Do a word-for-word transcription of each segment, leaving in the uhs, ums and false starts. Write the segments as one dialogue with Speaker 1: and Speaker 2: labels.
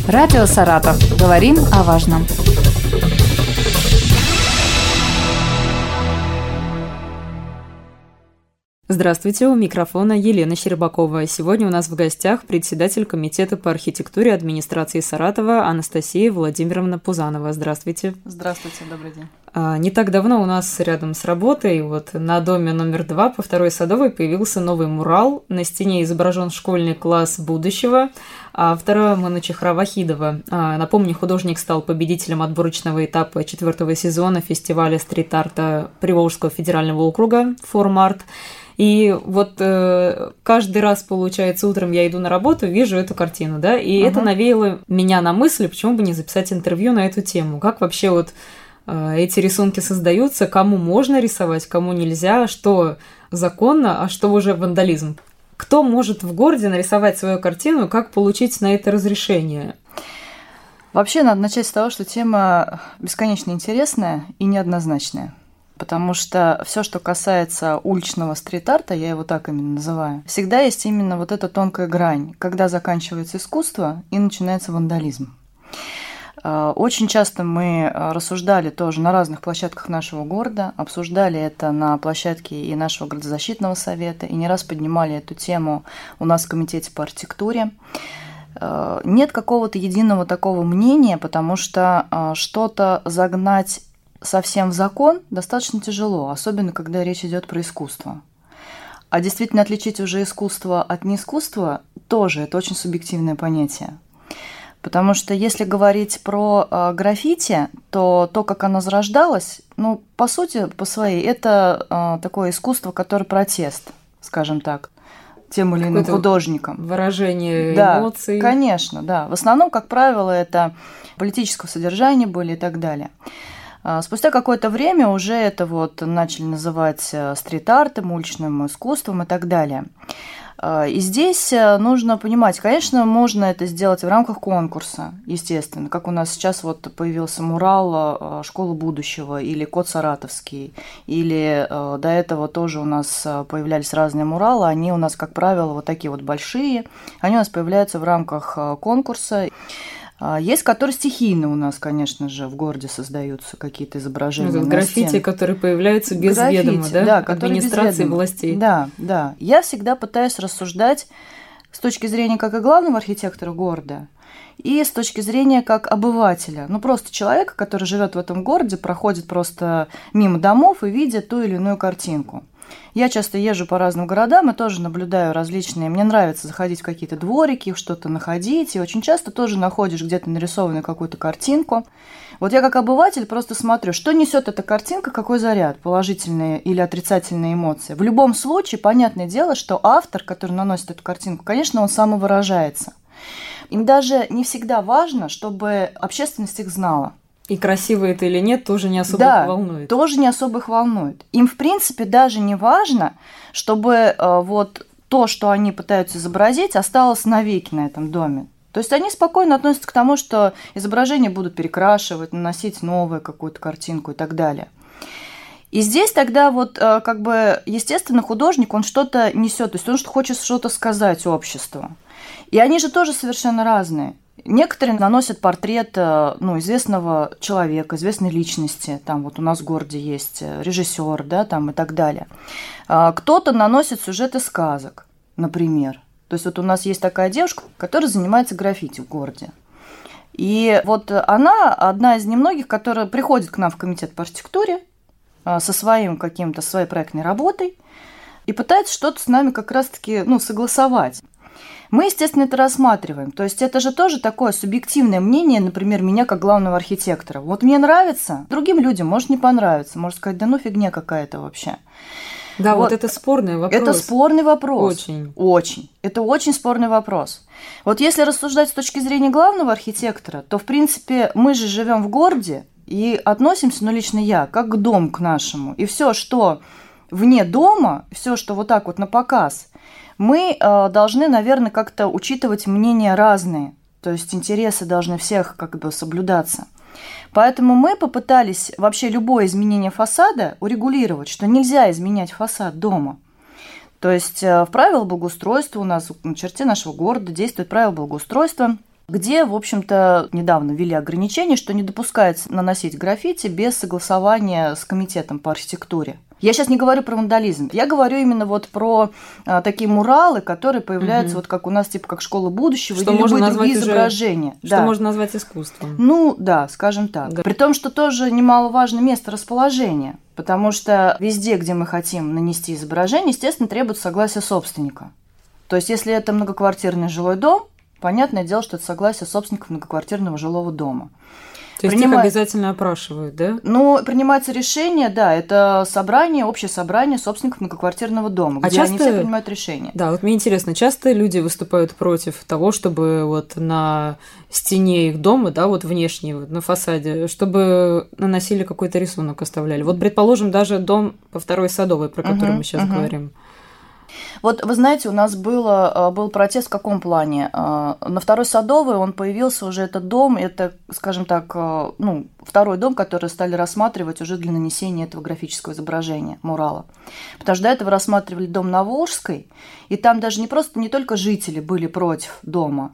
Speaker 1: Радио «Саратов». Говорим о важном.
Speaker 2: Здравствуйте, у микрофона Елена Щербакова. Сегодня у нас в гостях председатель комитета по архитектуре администрации Саратова Анастасия Владимировна Пузанова. Здравствуйте.
Speaker 3: Здравствуйте, добрый день.
Speaker 2: Не так давно у нас рядом с работой, вот на доме номер два по второй Садовой появился новый мурал. На стене изображен школьный класс будущего, а второе Манучихра Вахидова. Напомню, художник стал победителем отборочного этапа четвертого сезона фестиваля стрит-арта Приволжского федерального округа «Форм-арт». И вот э, каждый раз, получается, утром я иду на работу, вижу эту картину, да, и uh-huh. это навеяло меня на мысль, почему бы не записать интервью на эту тему. Как вообще вот э, эти рисунки создаются, кому можно рисовать, кому нельзя, что законно, а что уже вандализм. Кто может в городе нарисовать свою картину, как получить на это разрешение?
Speaker 3: Вообще, надо начать с того, что тема бесконечно интересная и неоднозначная. Потому что все, что касается уличного стрит-арта, я его так именно называю, всегда есть именно вот эта тонкая грань, когда заканчивается искусство и начинается вандализм. Очень часто мы рассуждали тоже на разных площадках нашего города, обсуждали это на площадке и нашего градозащитного совета, и не раз поднимали эту тему у нас в комитете по архитектуре. Нет какого-то единого такого мнения, потому что что-то загнать совсем в закон достаточно тяжело, особенно когда речь идет про искусство. А действительно отличить уже искусство от неискусства тоже это очень субъективное понятие. Потому что если говорить про э, граффити, то то, как оно зарождалось, ну, по сути, по своей, это э, такое искусство, которое протест, скажем так, тем или иным художником.
Speaker 2: Выражение
Speaker 3: да,
Speaker 2: эмоций.
Speaker 3: Конечно, да. В основном, как правило, это политического содержания были и так далее. Спустя какое-то время уже это вот начали называть стрит-артом, уличным искусством и так далее. И здесь нужно понимать, конечно, можно это сделать в рамках конкурса, естественно, как у нас сейчас вот появился мурал «Школа будущего» или «Код саратовский», или до этого тоже у нас появлялись разные муралы, они у нас, как правило, вот такие вот большие, они у нас появляются в рамках конкурса. Есть, которые стихийно у нас, конечно же, в городе создаются какие-то изображения.
Speaker 2: Ну, граффити, которые появляются без граффити, ведома, да?
Speaker 3: Да,
Speaker 2: администрации властей.
Speaker 3: Да, да. Я всегда пытаюсь рассуждать с точки зрения как и главного архитектора города, и с точки зрения как обывателя. Ну, просто человека, который живет в этом городе, проходит просто мимо домов и видит ту или иную картинку. Я часто езжу по разным городам и тоже наблюдаю различные. Мне нравится заходить в какие-то дворики, что-то находить. И очень часто тоже находишь где-то нарисованную какую-то картинку. Вот я как обыватель просто смотрю, что несет эта картинка, какой заряд, положительные или отрицательные эмоции. В любом случае, понятное дело, что автор, который наносит эту картинку, конечно, он самовыражается. Им даже не всегда важно, чтобы общественность их знала.
Speaker 2: И красиво это или нет, тоже не особо
Speaker 3: да,
Speaker 2: их волнует.
Speaker 3: тоже не особо их волнует. Им, в принципе, даже не важно, чтобы э, вот то, что они пытаются изобразить, осталось навеки на этом доме. То есть они спокойно относятся к тому, что изображения будут перекрашивать, наносить новую какую-то картинку и так далее. И здесь тогда вот э, как бы, естественно, художник, он что-то несет, то есть он хочет что-то сказать обществу. И они же тоже совершенно разные. Некоторые наносят портрет ну, известного человека, известной личности. Там вот у нас в городе есть режиссер, да, там и так далее. Кто-то наносит сюжеты сказок, например. То есть вот у нас есть такая девушка, которая занимается граффити в городе. И вот она одна из немногих, которая приходит к нам в комитет по архитектуре со своим каким-то, своей проектной работой и пытается что-то с нами как раз-таки ну, согласовать. Мы, естественно, это рассматриваем. То есть это же тоже такое субъективное мнение, например, меня как главного архитектора. Вот мне нравится, другим людям может не понравиться, может сказать, да ну фигня какая-то вообще.
Speaker 2: Да, вот, вот это спорный вопрос.
Speaker 3: Это спорный вопрос.
Speaker 2: Очень.
Speaker 3: Очень. Это очень спорный вопрос. Вот если рассуждать с точки зрения главного архитектора, то, в принципе, мы же живем в городе и относимся, ну, лично я, как к дому к нашему. И все, что вне дома, все, что вот так вот на показ, мы э, должны, наверное, как-то учитывать мнения разные, то есть интересы должны всех как бы соблюдаться. Поэтому мы попытались вообще любое изменение фасада урегулировать, что нельзя изменять фасад дома. То есть в правилах благоустройства у нас, на черте нашего города действует правило благоустройства, где, в общем-то, недавно ввели ограничение, что не допускается наносить граффити без согласования с комитетом по архитектуре. Я сейчас не говорю про вандализм, я говорю именно вот про а, такие муралы, которые появляются угу. вот как у нас, типа как «Школа будущего»
Speaker 2: что
Speaker 3: или любые другие
Speaker 2: уже,
Speaker 3: изображения.
Speaker 2: Что
Speaker 3: да.
Speaker 2: можно назвать искусством.
Speaker 3: Ну, да, скажем так. Да. При том, что тоже немаловажно место расположения, потому что везде, где мы хотим нанести изображение, естественно, требует согласия собственника. То есть, если это многоквартирный жилой дом, понятное дело, что это согласие собственников многоквартирного жилого дома.
Speaker 2: То есть Принимает... их обязательно опрашивают, да?
Speaker 3: Ну, принимается решение, да, это собрание, общее собрание собственников многоквартирного дома,
Speaker 2: а
Speaker 3: где
Speaker 2: часто...
Speaker 3: они все принимают решения.
Speaker 2: Да, вот мне интересно, часто люди выступают против того, чтобы вот на стене их дома, да, вот внешней, вот на фасаде, чтобы наносили какой-то рисунок, оставляли. Вот, предположим, даже дом по Второй Садовой, про который uh-huh, мы сейчас uh-huh. говорим.
Speaker 3: Вот вы знаете, у нас было, был протест в каком плане? На Второй Садовой он появился уже, этот дом, это, скажем так, ну, второй дом, который стали рассматривать уже для нанесения этого графического изображения, мурала. Потому что до этого рассматривали дом на Волжской, и там даже не просто, не только жители были против дома,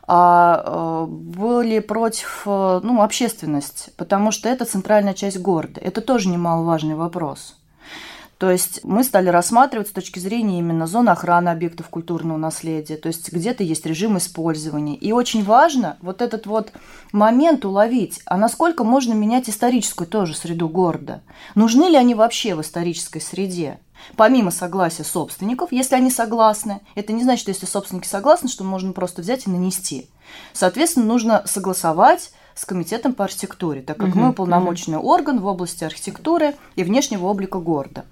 Speaker 3: а были против, ну, общественность, потому что это центральная часть города. Это тоже немаловажный вопрос. То есть мы стали рассматривать с точки зрения именно зоны охраны объектов культурного наследия, то есть где-то есть режим использования. И очень важно вот этот вот момент уловить, а насколько можно менять историческую тоже среду города. Нужны ли они вообще в исторической среде? Помимо согласия собственников, если они согласны, это не значит, что если собственники согласны, что можно просто взять и нанести. Соответственно, нужно согласовать с комитетом по архитектуре, так как uh-huh, мы уполномоченный uh-huh. орган в области архитектуры и внешнего облика города.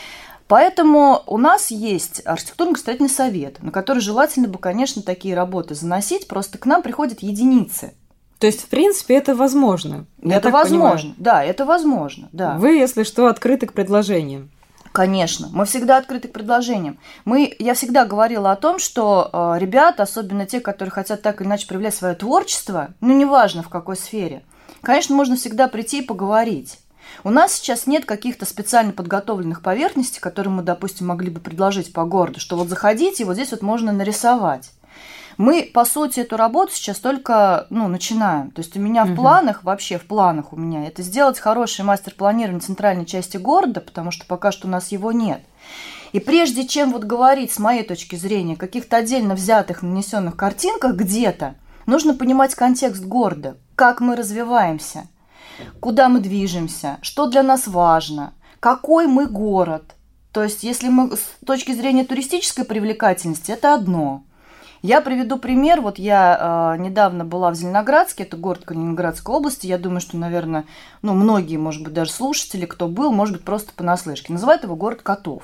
Speaker 3: Поэтому у нас есть архитектурно-строительный совет, на который желательно бы, конечно, такие работы заносить, просто к нам приходят единицы.
Speaker 2: То есть, в принципе, это возможно?
Speaker 3: Это возможно, понимаю. Да, это возможно. Да.
Speaker 2: Вы, если что, открыты к предложениям.
Speaker 3: Конечно, мы всегда открыты к предложениям. Мы, я всегда говорила о том, что э, ребята, особенно те, которые хотят так или иначе проявлять свое творчество, ну, неважно в какой сфере, конечно, можно всегда прийти и поговорить. У нас сейчас нет каких-то специально подготовленных поверхностей, которые мы, допустим, могли бы предложить по городу, что вот заходите, и вот здесь вот можно нарисовать. Мы, по сути, эту работу сейчас только ну, начинаем. То есть у меня в планах, вообще в планах у меня, это сделать хороший мастер-планирование центральной части города, потому что пока что у нас его нет. И прежде чем вот говорить, с моей точки зрения, о каких-то отдельно взятых, нанесенных картинках где-то, нужно понимать контекст города, как мы развиваемся, куда мы движемся, что для нас важно, какой мы город. То есть если мы с точки зрения туристической привлекательности, это одно. Я приведу пример. Вот я э, недавно была в Зеленоградске, это город Калининградской области. Я думаю, что, наверное, ну, многие, может быть, даже слушатели, кто был, может быть, просто понаслышке. Называют его город котов.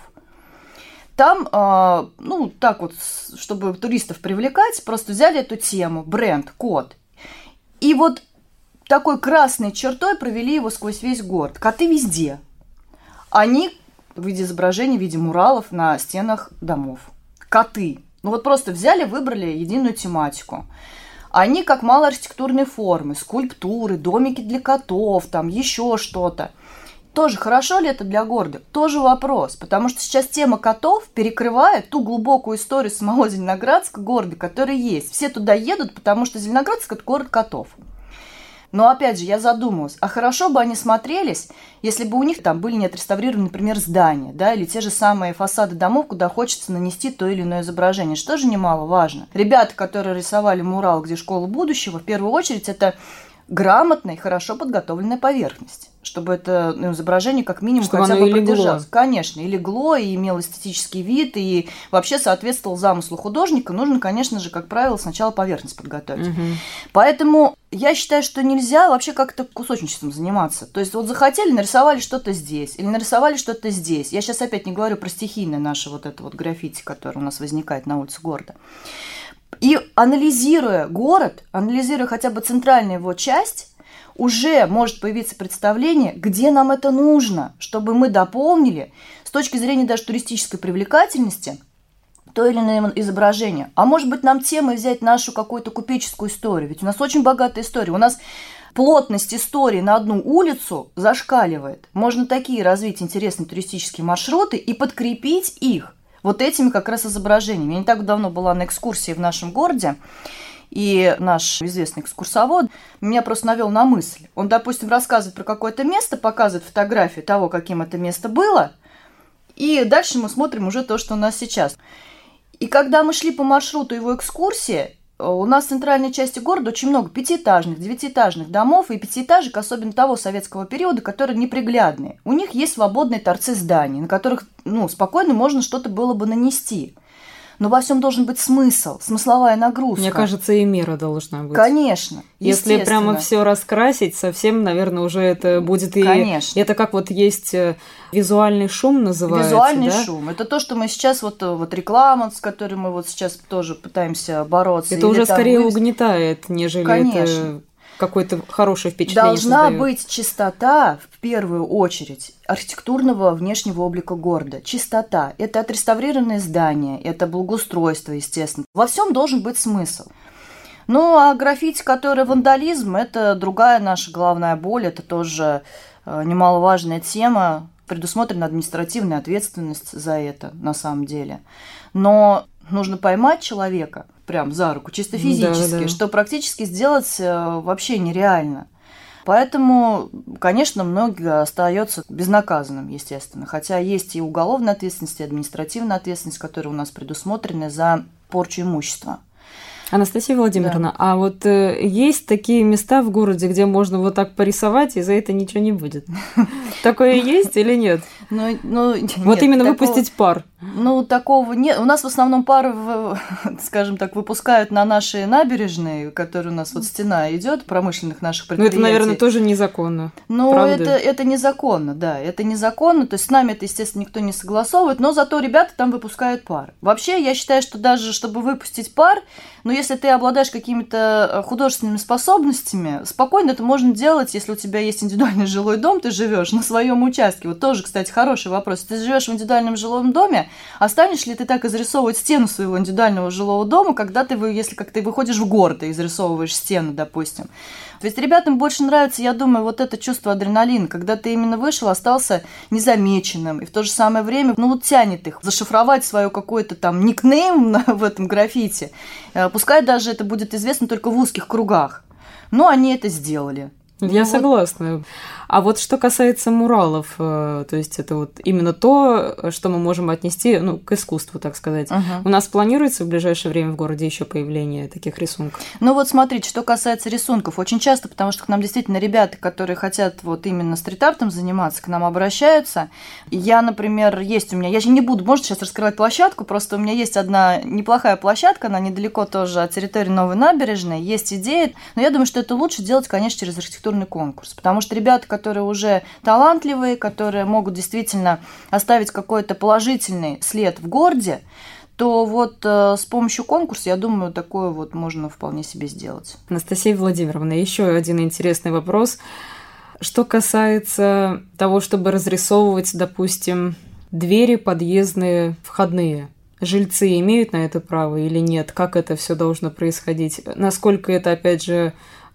Speaker 3: Там, э, ну, так вот, чтобы туристов привлекать, просто взяли эту тему, бренд, кот. И вот такой красной чертой провели его сквозь весь город. Коты везде. Они в виде изображений, в виде муралов на стенах домов. Коты. Ну вот просто взяли, выбрали единую тематику. Они как малоархитектурные формы, скульптуры, домики для котов, там еще что-то. Тоже хорошо ли это для города? Тоже вопрос, потому что сейчас тема котов перекрывает ту глубокую историю самого Зеленоградска, города, который есть. Все туда едут, потому что Зеленоградск – это город котов. Но опять же, я задумалась, а хорошо бы они смотрелись, если бы у них там были не отреставрированы, например, здания, да, или те же самые фасады домов, куда хочется нанести то или иное изображение, что же немаловажно. Ребята, которые рисовали мурал, где школа будущего, в первую очередь это грамотная и хорошо подготовленная поверхность, чтобы это ну, изображение как минимум
Speaker 2: чтобы
Speaker 3: хотя бы
Speaker 2: и
Speaker 3: продержалось.
Speaker 2: Легло.
Speaker 3: Конечно, и легло, и имело эстетический вид, и вообще соответствовал замыслу художника. Нужно, конечно же, как правило, сначала поверхность подготовить.
Speaker 2: Угу.
Speaker 3: Поэтому я считаю, что нельзя вообще как-то кусочничеством заниматься. То есть вот захотели, нарисовали что-то здесь, или нарисовали что-то здесь. Я сейчас опять не говорю про стихийное наше вот это вот граффити, которое у нас возникает на улице города. И анализируя город, анализируя хотя бы центральную его часть, уже может появиться представление, где нам это нужно, чтобы мы дополнили с точки зрения даже туристической привлекательности то или иное изображение. А может быть, нам темой взять нашу какую-то купеческую историю, ведь у нас очень богатая история. У нас плотность истории на одну улицу зашкаливает. Можно такие развить интересные туристические маршруты и подкрепить их вот этими как раз изображениями. Я не так давно была на экскурсии в нашем городе, И наш известный экскурсовод меня просто навел на мысль. Он, допустим, рассказывает про какое-то место, показывает фотографию того, каким это место было, и дальше мы смотрим уже то, что у нас сейчас. И когда мы шли по маршруту его экскурсии, у нас в центральной части города очень много пятиэтажных, девятиэтажных домов и пятиэтажек, особенно того советского периода, которые неприглядные. У них есть свободные торцы зданий, на которых ну, спокойно можно что-то было бы нанести. Но во всем должен быть смысл, смысловая нагрузка.
Speaker 2: Мне кажется, и мера должна быть.
Speaker 3: Конечно.
Speaker 2: Если прямо все раскрасить, совсем, наверное, уже это будет и...
Speaker 3: Конечно.
Speaker 2: Это как вот есть визуальный шум называется,
Speaker 3: Визуальный
Speaker 2: да?
Speaker 3: шум. Это то, что мы сейчас, вот, вот реклама, с которой мы вот сейчас тоже пытаемся бороться.
Speaker 2: Это уже скорее
Speaker 3: вы...
Speaker 2: угнетает, нежели
Speaker 3: Конечно.
Speaker 2: это... какое-то хорошее впечатление
Speaker 3: Должна
Speaker 2: создает.
Speaker 3: быть чистота, в первую очередь, архитектурного внешнего облика города. Чистота – это отреставрированные здания, это благоустройство, естественно. Во всем должен быть смысл. Ну, а граффити, который вандализм, это другая наша головная боль, это тоже немаловажная тема. Предусмотрена административная ответственность за это, на самом деле. Но нужно поймать человека прям за руку, чисто физически, да, да. что практически сделать вообще нереально. Поэтому, конечно, многие остаются безнаказанным, естественно. Хотя есть и уголовная ответственность, и административная ответственность, которые у нас предусмотрены за порчу имущества.
Speaker 2: Анастасия Владимировна,
Speaker 3: да.
Speaker 2: а вот э, есть такие места в городе, где можно вот так порисовать, и за это ничего не будет? Такое есть или нет?
Speaker 3: Ну, ну,
Speaker 2: вот
Speaker 3: нет,
Speaker 2: именно
Speaker 3: такого,
Speaker 2: выпустить пар.
Speaker 3: Ну, такого нет. У нас в основном пары, скажем так, выпускают на наши набережные, которые у нас вот стена идет, промышленных наших предприятий.
Speaker 2: Ну, это, наверное, тоже незаконно.
Speaker 3: Ну, это, это незаконно, да, это незаконно. То есть с нами это, естественно, никто не согласовывает, но зато ребята там выпускают пар. Вообще, я считаю, что даже чтобы выпустить пар, ну, если ты обладаешь какими-то художественными способностями, спокойно это можно делать, если у тебя есть индивидуальный жилой дом, ты живешь на своем участке. Вот тоже, кстати, хороший вопрос. Ты живешь в индивидуальном жилом доме, а станешь ли ты так изрисовывать стену своего индивидуального жилого дома, когда ты, если как ты выходишь в город и изрисовываешь стену, допустим. Ведь ребятам больше нравится, я думаю, вот это чувство адреналина, когда ты именно вышел, остался незамеченным, и в то же самое время, ну вот тянет их зашифровать свое какой-то там никнейм в этом граффити. Пускай даже это будет известно только в узких кругах, но они это сделали.
Speaker 2: Я
Speaker 3: ну,
Speaker 2: согласна. Вот. А вот что касается муралов, то есть это вот именно то, что мы можем отнести ну, к искусству, так сказать.
Speaker 3: Uh-huh.
Speaker 2: У нас планируется в ближайшее время в городе еще появление таких рисунков?
Speaker 3: Ну вот смотрите, что касается рисунков, очень часто, потому что к нам действительно ребята, которые хотят вот именно стрит-артом заниматься, к нам обращаются. Я, например, есть у меня, я же не буду, может, сейчас раскрывать площадку, просто у меня есть одна неплохая площадка, она недалеко тоже от территории Новой набережной, есть идея, но я думаю, что это лучше делать, конечно, через архитектурный конкурс, потому что ребята, которые уже талантливые, которые могут действительно оставить какой-то положительный след в городе, то вот э, с помощью конкурса, я думаю, такое вот можно вполне себе сделать.
Speaker 2: Анастасия Владимировна, еще один интересный вопрос. Что касается того, чтобы разрисовывать, допустим, двери подъездные, входные, жильцы имеют на это право или нет? Как это все должно происходить? Насколько это, опять же,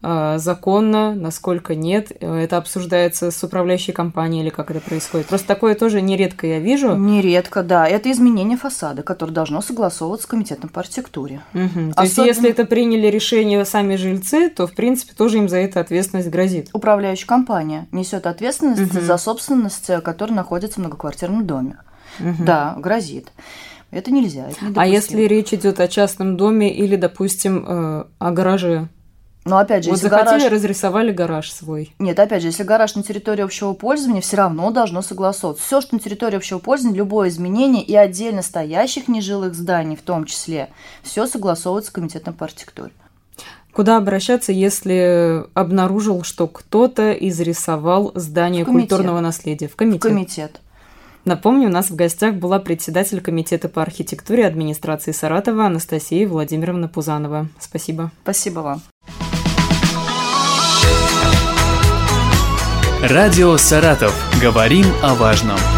Speaker 2: законно, насколько нет, это обсуждается с управляющей компанией или как это происходит? Просто такое тоже нередко я вижу.
Speaker 3: Нередко, да. Это изменение фасада, которое должно согласовываться с комитетом по архитектуре.
Speaker 2: Угу.
Speaker 3: Особенно...
Speaker 2: То есть, если это приняли решение сами жильцы, то, в принципе, тоже им за это ответственность грозит.
Speaker 3: Управляющая компания несет ответственность
Speaker 2: угу.
Speaker 3: за собственность, которая находится в многоквартирном доме.
Speaker 2: Угу.
Speaker 3: Да, грозит. Это нельзя. Это недопустимо.
Speaker 2: А если речь идет о частном доме или, допустим, о гараже?
Speaker 3: Но опять же,
Speaker 2: вот
Speaker 3: если
Speaker 2: захотели,
Speaker 3: гараж...
Speaker 2: разрисовали гараж свой.
Speaker 3: Нет, опять же, если гараж на территории общего пользования, все равно должно согласовываться. Все, что на территории общего пользования, любое изменение и отдельно стоящих нежилых зданий в том числе, все согласовывается с комитетом по архитектуре.
Speaker 2: Куда обращаться, если обнаружил, что кто-то изрисовал здание культурного наследия? В комитет.
Speaker 3: В комитет.
Speaker 2: Напомню, у нас в гостях была председатель комитета по архитектуре администрации Саратова Анастасия Владимировна Пузанова. Спасибо.
Speaker 3: Спасибо вам.
Speaker 4: Радио «Саратов». Говорим о важном.